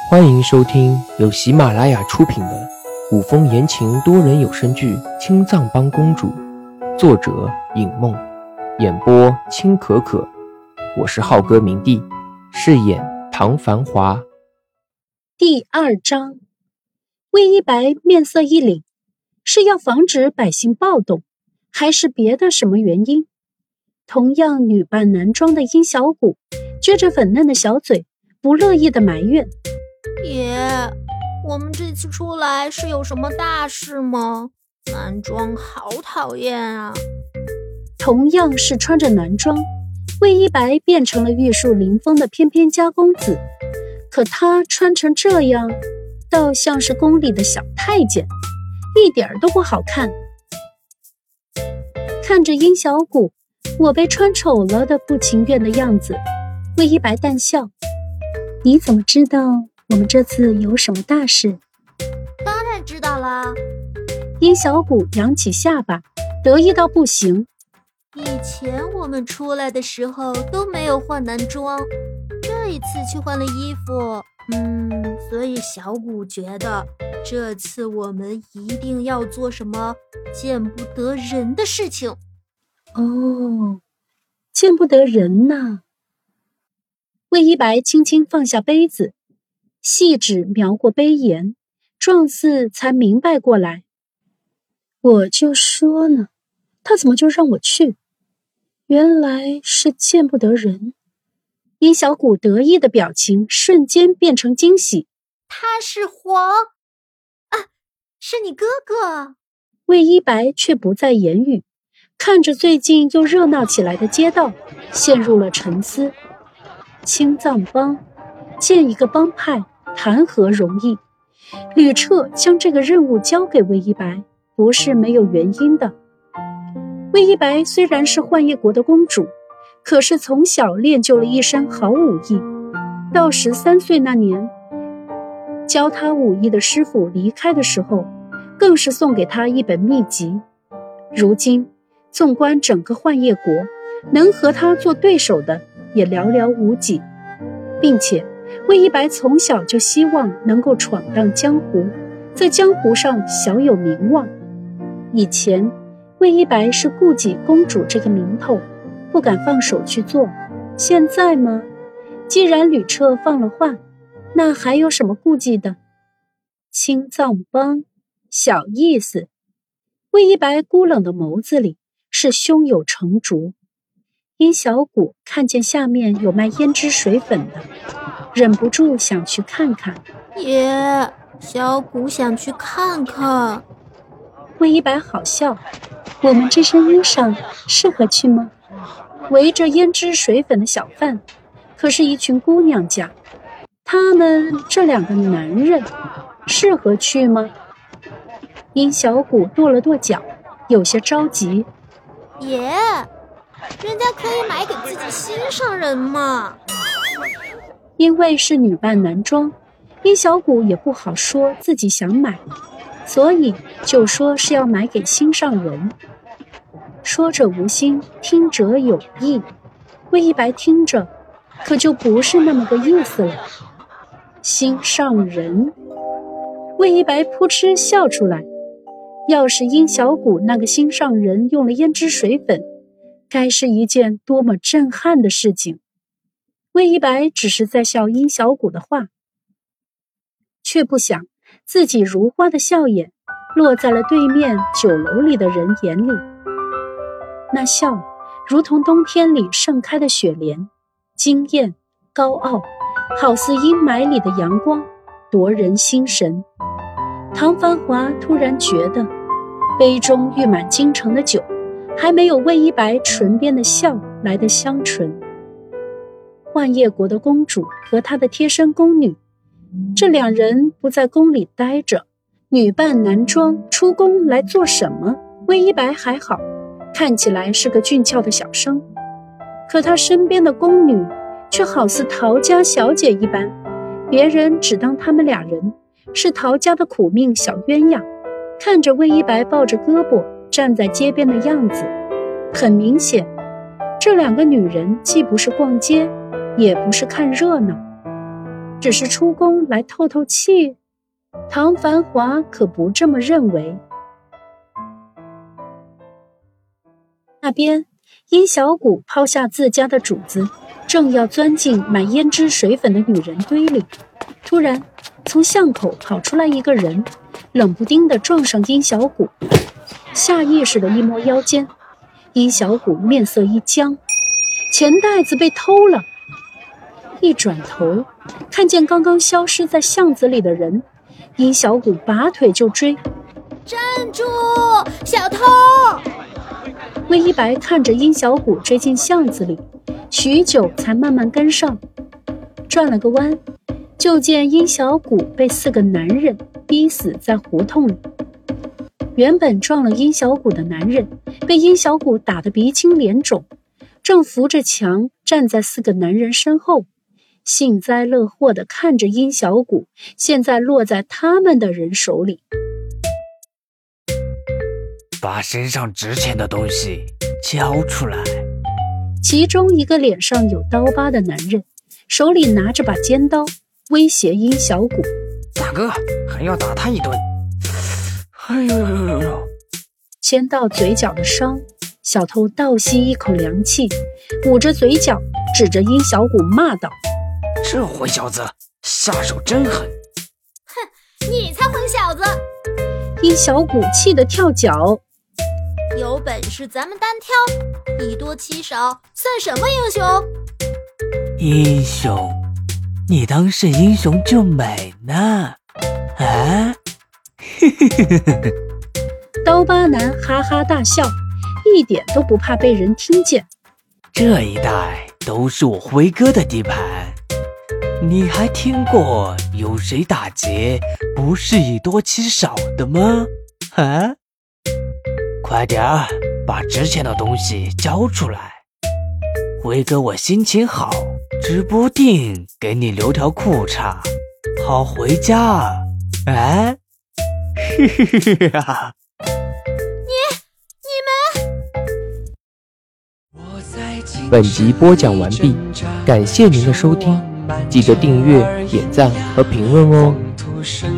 欢迎收听由喜马拉雅出品的古风言情多人有声剧《青藏帮公主》，作者尹梦，演播青可可。我是浩哥明帝，饰演唐繁华。 第2章，魏一白面色一凛，是要防止百姓暴动，还是别的什么原因？同样女扮男装的殷小谷撅着粉嫩的小嘴，不乐意地埋怨： 爷，我们这次出来是有什么大事吗？男装好讨厌啊！ 同样是穿着男装，魏一白变成了玉树临风的翩翩家公子，可他穿成这样，倒像是宫里的小太监，一点都不好看。看着殷小谷我被穿丑了的不情愿的样子，魏一白淡笑：你怎么知道我们这次有什么大事？ 当然知道啦。 殷小谷扬起下巴，得意到不行。 以前我们出来的时候都没有换男装，这一次去换了衣服，所以小谷觉得这次我们一定要做什么见不得人的事情。 哦，见不得人呐。魏一白轻轻放下杯子，细指描过杯沿，状似才明白过来。我就说呢，他怎么就让我去？原来是见不得人。殷小谷得意的表情瞬间变成惊喜。 他是皇啊，是你哥哥。 魏一白却不再言语，看着最近又热闹起来的街道，陷入了沉思。青藏帮，建一个帮派谈何容易？吕彻将这个任务交给魏一白，不是没有原因的。魏一白虽然是幻夜国的公主，可是从小练就了一身好武艺。到13岁那年，教她武艺的师傅离开的时候，更是送给她一本秘籍。如今纵观整个幻夜国，能和她做对手的也寥寥无几，并且魏一白从小就希望能够闯荡江湖，在江湖上小有名望。以前魏一白是顾忌公主这个名头，不敢放手去做。现在嘛，既然吕彻放了话，那还有什么顾忌的？青藏帮，小意思。魏一白孤冷的眸子里是胸有成竹。殷小谷看见下面有卖胭脂水粉的，忍不住想去看看。 爷，小谷想去看看。 魏一白好笑，我们这身衣裳适合去吗？围着胭脂水粉的小贩可是一群姑娘家，他们这2个男人适合去吗？殷小谷跺了跺脚，有些着急。 爷，人家可以买给自己心上人嘛。 因为是女扮男装，殷小谷也不好说自己想买，所以就说是要买给心上人。说者无心，听者有意。魏一白听着可就不是那么个意思了。心上人，魏一白扑哧笑出来。要是殷小谷那个心上人用了胭脂水粉，该是一件多么震撼的事情。魏一白只是在笑殷小谷的话，却不想自己如花的笑眼落在了对面酒楼里的人眼里。那笑如同冬天里盛开的雪莲，惊艳高傲，好似阴霾里的阳光，夺人心神。唐繁华突然觉得杯中溢满京城的酒还没有魏一白唇边的笑来得香醇。幻夜国的公主和她的贴身宫女，这2人不在宫里待着，女扮男装出宫来做什么？魏一白还好，看起来是个俊俏的小生，可他身边的宫女却好似陶家小姐一般，别人只当他们2人是陶家的苦命小鸳鸯。看着魏一白抱着胳膊站在街边的样子，很明显，这2个女人既不是逛街，也不是看热闹。 只是出宫来透透气？唐繁华可不这么认为。那边，殷小谷抛下自家的主子，正要钻进买胭脂水粉的女人堆里，突然从巷口跑出来一个人，冷不丁地撞上殷小谷，下意识地一摸腰间，殷小谷面色一僵，钱袋子被偷了。一转头，看见刚刚消失在巷子里的人，殷小谷拔腿就追。 站住，小偷！ 魏一白看着殷小谷追进巷子里，许久才慢慢跟上，转了个弯，就见殷小谷被4个男人逼死在胡同里。原本撞了殷小谷的男人被殷小谷打得鼻青脸肿，正扶着墙站在4个男人身后，幸灾乐祸地看着殷小谷现在落在他们的人手里。 把身上值钱的东西交出来。 其中一个脸上有刀疤的男人手里拿着把尖刀，威胁殷小谷： 大哥，还要打他一顿。哎呦！ 牵到嘴角的伤，小偷倒吸一口凉气，捂着嘴角指着殷小谷骂道： 这混小子下手真狠。 哼，你才混小子！ 殷小谷气得跳脚。 有本事咱们单挑，以多欺少，算什么英雄？ 英雄？你当是英雄救美呢？啊？ 刀疤男哈哈大笑，一点都不怕被人听见。 这一带都是我辉哥的地盘，你还听过有谁打劫不是以多欺少的吗？啊？快点儿把值钱的东西交出来，辉哥我心情好，指不定给你留条裤衩，好回家啊！哎， 你们！ 本集播讲完毕，感谢您的收听，记得订阅、点赞和评论哦。